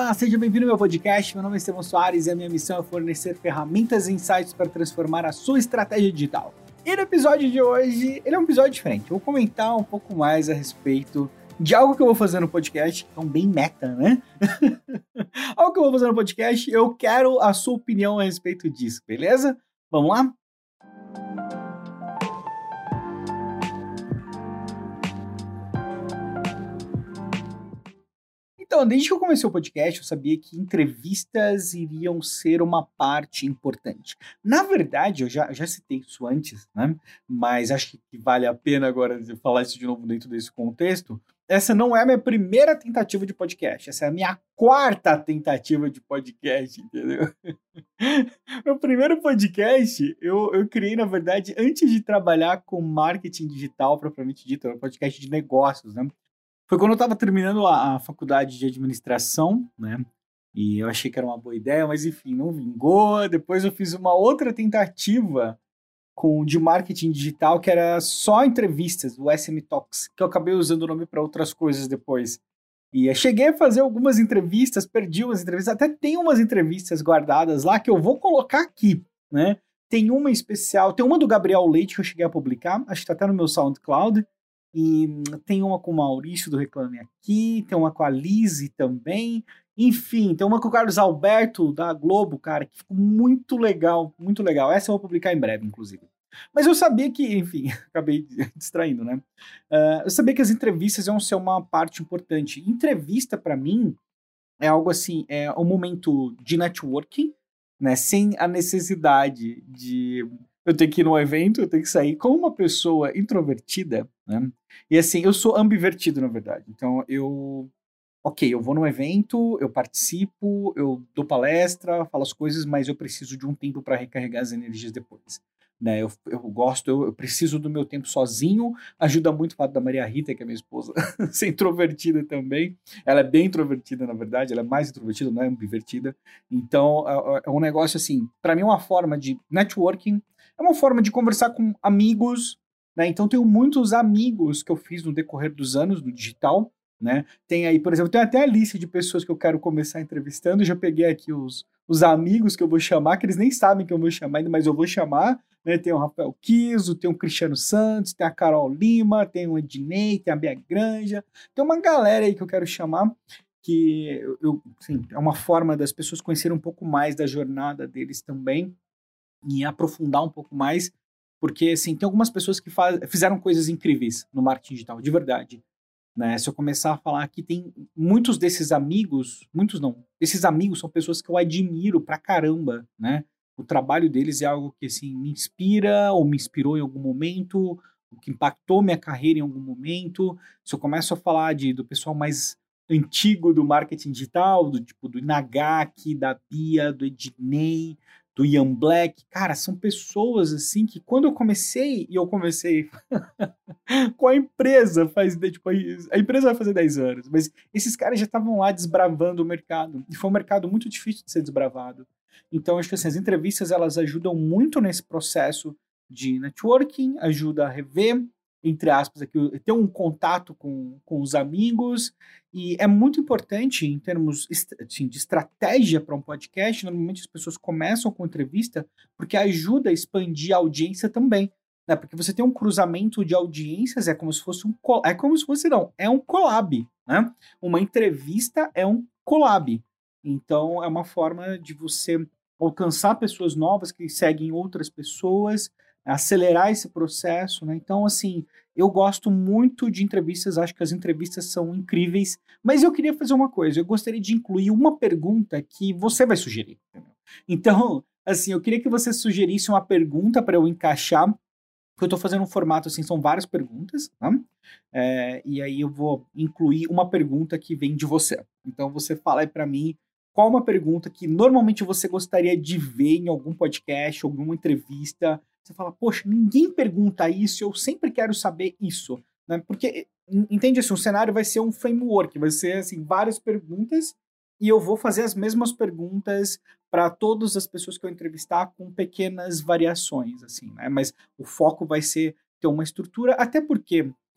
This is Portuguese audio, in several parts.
Olá, seja bem-vindo ao meu podcast. Meu nome é Estevão Soares e a minha missão é fornecer ferramentas e insights para transformar a sua estratégia digital. E no episódio de hoje, ele é um episódio diferente. Eu vou comentar um pouco mais a respeito de algo que eu vou fazer no podcast, então bem meta, né? Algo que eu vou fazer no podcast, eu quero a sua opinião a respeito disso, beleza? Vamos lá? Então, desde que eu comecei o podcast, eu sabia que entrevistas iriam ser uma parte importante. Na verdade, eu já citei isso antes, né? Mas acho que vale a pena agora falar isso de novo dentro desse contexto. Essa não é a minha primeira tentativa de podcast, essa é a minha quarta tentativa de podcast, entendeu? Meu primeiro podcast, eu criei, na verdade, antes de trabalhar com marketing digital propriamente dito, era um podcast de negócios, né? Foi quando eu estava terminando a faculdade de administração, né? E eu achei que era uma boa ideia, mas enfim, não vingou. Depois eu fiz uma outra tentativa de marketing digital, que era só entrevistas, o SM Talks, que eu acabei usando o nome para outras coisas depois. E eu cheguei a fazer algumas entrevistas, perdi umas entrevistas, até tem umas entrevistas guardadas lá que eu vou colocar aqui, né? Tem uma em especial, tem uma do Gabriel Leite que eu cheguei a publicar, acho que tá até no meu SoundCloud. E tem uma com o Maurício do Reclame Aqui, tem uma com a Lizzy também, enfim, tem uma com o Carlos Alberto da Globo, cara, que ficou muito legal, muito legal. Essa eu vou publicar em breve, inclusive. Mas eu sabia que, enfim, acabei distraindo, né? Eu sabia que as entrevistas iam ser uma parte importante. Entrevista, para mim, é algo assim, é um momento de networking, né? Sem a necessidade de eu ter que ir num evento, eu tenho que sair como uma pessoa introvertida, né? E assim, eu sou ambivertido, na verdade. Então, eu vou num evento, eu participo, eu dou palestra, falo as coisas, mas eu preciso de um tempo para recarregar as energias depois. Né, eu preciso do meu tempo sozinho, ajuda muito o fato da Maria Rita, que é minha esposa, ser introvertida também. Ela é bem introvertida, na verdade, ela é mais introvertida, não é ambivertida. Então, é um negócio assim, para mim é uma forma de networking, é uma forma de conversar com amigos, né? Então, tenho muitos amigos que eu fiz no decorrer dos anos no digital, né? Tem aí, por exemplo, tem até a lista de pessoas que eu quero começar entrevistando, já peguei aqui os amigos que eu vou chamar, que eles nem sabem que eu vou chamar ainda, mas eu vou chamar, né? Tem o Rafael Kiso, tem o Cristiano Santos, tem a Carol Lima, tem o Ednei, tem a Bia Granja, tem uma galera aí que eu quero chamar, que assim, é uma forma das pessoas conhecerem um pouco mais da jornada deles também, e aprofundar um pouco mais, porque assim, tem algumas pessoas que fizeram coisas incríveis no marketing digital, de verdade. Né? Se eu começar a falar aqui, tem muitos desses amigos, muitos não, esses amigos são pessoas que eu admiro pra caramba, né? O trabalho deles é algo que, assim, me inspira ou me inspirou em algum momento, o que impactou minha carreira em algum momento. Se eu começo a falar do pessoal mais antigo do marketing digital, do tipo do Inagaki, da Bia, do Ednei, do Ian Black, cara, são pessoas, assim, que quando eu comecei com a empresa tipo, a empresa vai fazer 10 anos, mas esses caras já estavam lá desbravando o mercado, e foi um mercado muito difícil de ser desbravado. Então, acho que assim, as entrevistas, elas ajudam muito nesse processo de networking, ajuda a rever, entre aspas, aqui, ter um contato com os amigos, e é muito importante em termos assim, de estratégia para um podcast. Normalmente as pessoas começam com entrevista porque ajuda a expandir a audiência também, né? Porque você tem um cruzamento de audiências, é como se fosse é um collab, né? Uma entrevista é um collab. Então, é uma forma de você alcançar pessoas novas que seguem outras pessoas, acelerar esse processo, né? Então, assim, eu gosto muito de entrevistas, acho que as entrevistas são incríveis, mas eu queria fazer uma coisa, eu gostaria de incluir uma pergunta que você vai sugerir, entendeu? Então, assim, eu queria que você sugerisse uma pergunta para eu encaixar, porque eu estou fazendo um formato assim, são várias perguntas, tá? E aí eu vou incluir uma pergunta que vem de você. Então você fala aí para mim qual uma pergunta que normalmente você gostaria de ver em algum podcast, alguma entrevista. Você fala, poxa, ninguém pergunta isso, eu sempre quero saber isso, né? Porque, entende assim, o cenário vai ser um framework, vai ser assim, várias perguntas, e eu vou fazer as mesmas perguntas para todas as pessoas que eu entrevistar com pequenas variações, assim, né? Mas o foco vai ser ter uma estrutura, até porque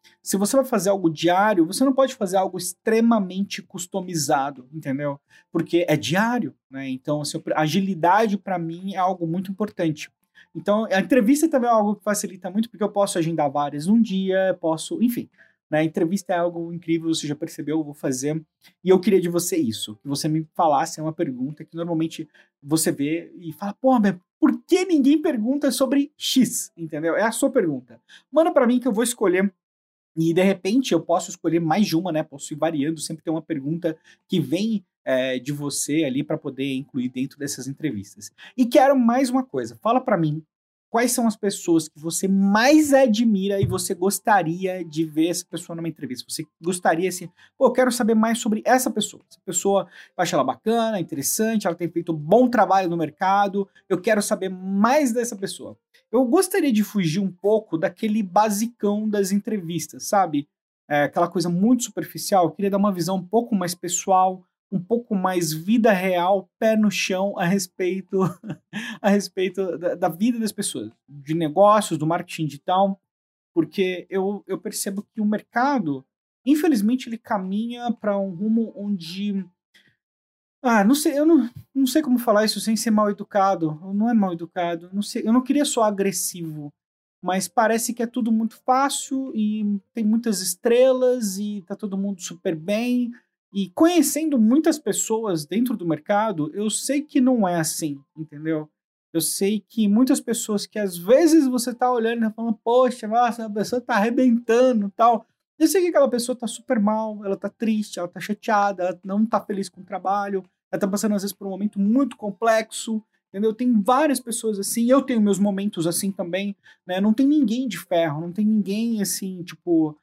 se você vai fazer algo diário, você não pode fazer algo extremamente customizado, entendeu? Porque é diário, né? Então, assim, agilidade para mim é algo muito importante. Então, a entrevista também é algo que facilita muito, porque eu posso agendar várias num dia, posso, enfim, né? A entrevista é algo incrível, você já percebeu, eu vou fazer. E eu queria de você isso, que você me falasse uma pergunta que normalmente você vê e fala, pô, mas por que ninguém pergunta sobre X, entendeu? É a sua pergunta. Manda para mim que eu vou escolher e de repente eu posso escolher mais de uma, né? Posso ir variando, sempre tem uma pergunta que vem de você ali para poder incluir dentro dessas entrevistas. E quero mais uma coisa, fala para mim quais são as pessoas que você mais admira e você gostaria de ver essa pessoa numa entrevista. Você gostaria assim, pô, eu quero saber mais sobre essa pessoa. Essa pessoa, eu acho ela bacana, interessante, ela tem feito um bom trabalho no mercado, eu quero saber mais dessa pessoa. Eu gostaria de fugir um pouco daquele basicão das entrevistas, sabe? Aquela coisa muito superficial. Eu queria dar uma visão um pouco mais pessoal, um pouco mais vida real, pé no chão a respeito, a respeito da vida das pessoas, de negócios, do marketing digital, porque eu percebo que o mercado, infelizmente, ele caminha para um rumo onde não sei, eu não sei como falar isso sem ser mal educado. Não é mal educado, não sei, eu não queria soar agressivo, mas parece que é tudo muito fácil e tem muitas estrelas e tá todo mundo super bem. E conhecendo muitas pessoas dentro do mercado, eu sei que não é assim, entendeu? Eu sei que muitas pessoas que às vezes você tá olhando e falando, poxa, nossa, a pessoa tá arrebentando, tal. Eu sei que aquela pessoa tá super mal, ela tá triste, ela tá chateada, ela não tá feliz com o trabalho, ela tá passando às vezes por um momento muito complexo, entendeu? Tem várias pessoas assim, eu tenho meus momentos assim também, né? Não tem ninguém de ferro, não tem ninguém assim, tipo,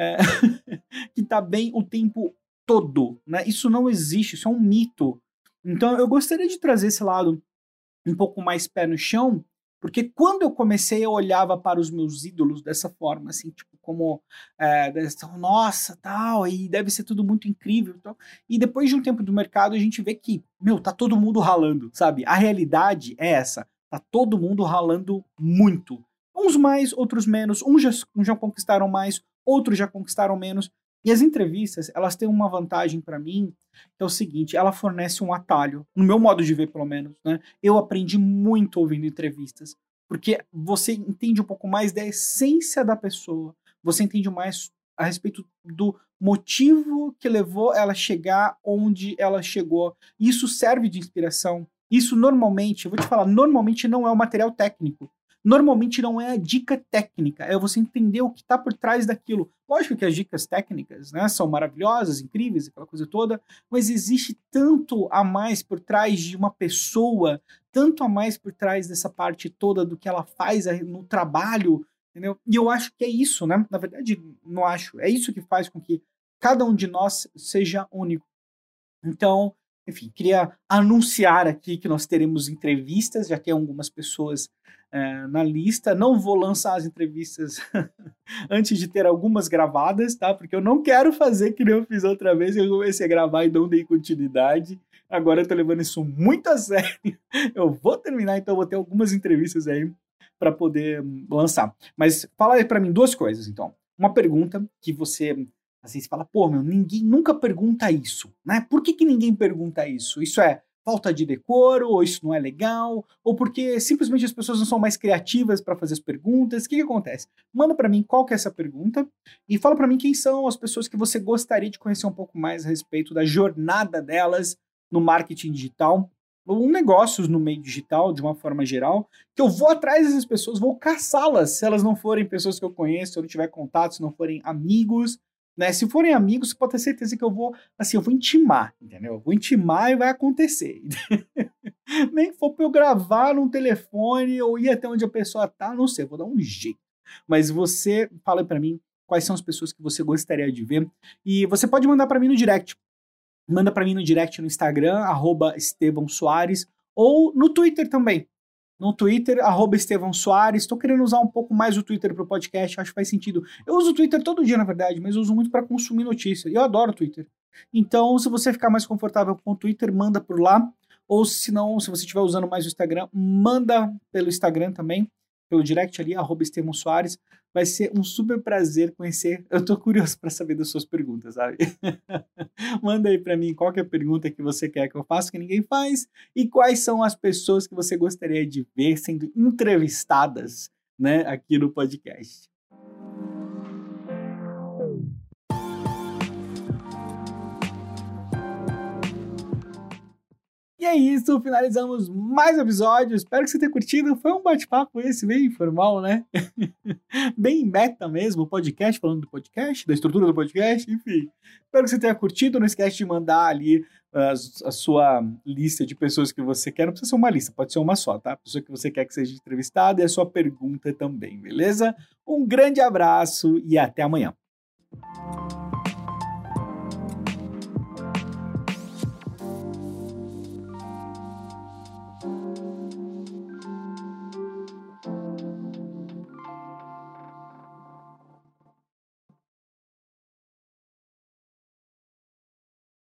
que tá bem o tempo todo, né? Isso não existe, isso é um mito. Então eu gostaria de trazer esse lado um pouco mais pé no chão, porque quando eu comecei, eu olhava para os meus ídolos dessa forma, assim, tipo, como, nossa, tal, e deve ser tudo muito incrível, tal. E depois de um tempo do mercado, a gente vê que, meu, tá todo mundo ralando, sabe? A realidade é essa, tá todo mundo ralando muito. Uns mais, outros menos, uns já conquistaram mais, outros já conquistaram menos. E as entrevistas, elas têm uma vantagem para mim, que é o seguinte, ela fornece um atalho, no meu modo de ver, pelo menos, né? Eu aprendi muito ouvindo entrevistas, porque você entende um pouco mais da essência da pessoa, você entende mais a respeito do motivo que levou ela a chegar onde ela chegou. Isso serve de inspiração. Isso normalmente, eu vou te falar, normalmente não é o material técnico. Normalmente não é a dica técnica, é você entender o que está por trás daquilo. Lógico que as dicas técnicas, né, são maravilhosas, incríveis, aquela coisa toda, mas existe tanto a mais por trás de uma pessoa, tanto a mais por trás dessa parte toda do que ela faz no trabalho, entendeu? E eu acho que é isso, né? Na verdade, não acho. É isso que faz com que cada um de nós seja único. Então, enfim, queria anunciar aqui que nós teremos entrevistas, já tem algumas pessoas na lista. Não vou lançar as entrevistas antes de ter algumas gravadas, tá? Porque eu não quero fazer que nem eu fiz outra vez, eu comecei a gravar e não dei continuidade. Agora eu tô levando isso muito a sério. Eu vou terminar, então eu vou ter algumas entrevistas aí para poder lançar. Mas fala aí para mim duas coisas, então. Uma pergunta que você assim, você fala, pô, meu, ninguém nunca pergunta isso, né? Por que ninguém pergunta isso? Isso é falta de decoro, ou isso não é legal, ou porque simplesmente as pessoas não são mais criativas para fazer as perguntas. O que acontece? Manda para mim qual que é essa pergunta e fala para mim quem são as pessoas que você gostaria de conhecer um pouco mais a respeito da jornada delas no marketing digital, ou negócios no meio digital, de uma forma geral, que eu vou atrás dessas pessoas, vou caçá-las, se elas não forem pessoas que eu conheço, se eu não tiver contato, se não forem amigos, né? Se forem amigos, você pode ter certeza que eu vou, assim, eu vou intimar, entendeu? Eu vou intimar e vai acontecer. Nem que for pra eu gravar num telefone ou ir até onde a pessoa tá, não sei, eu vou dar um jeito. Mas você fala pra mim quais são as pessoas que você gostaria de ver e você pode mandar pra mim no direct. Manda pra mim no direct no Instagram, @EstevãoSoares, ou no Twitter também. No Twitter, @EstevãoSoares. Estou querendo usar um pouco mais o Twitter para o podcast, acho que faz sentido. Eu uso o Twitter todo dia, na verdade, mas eu uso muito para consumir notícias. E eu adoro o Twitter. Então, se você ficar mais confortável com o Twitter, manda por lá. Ou se não, se você estiver usando mais o Instagram, manda pelo Instagram também, pelo direct ali, @EstevãoSoares. Vai ser um super prazer conhecer. Eu tô curioso para saber das suas perguntas, sabe? Manda aí para mim qual que é a pergunta que você quer que eu faça, que ninguém faz, e quais são as pessoas que você gostaria de ver sendo entrevistadas, né, aqui no podcast. E é isso, finalizamos mais um episódio. Espero que você tenha curtido. Foi um bate-papo esse, bem informal, né? Bem meta mesmo, o podcast, falando do podcast, da estrutura do podcast, enfim. Espero que você tenha curtido. Não esquece de mandar ali a sua lista de pessoas que você quer. Não precisa ser uma lista, pode ser uma só, tá? A pessoa que você quer que seja entrevistada e a sua pergunta também, beleza? Um grande abraço e até amanhã.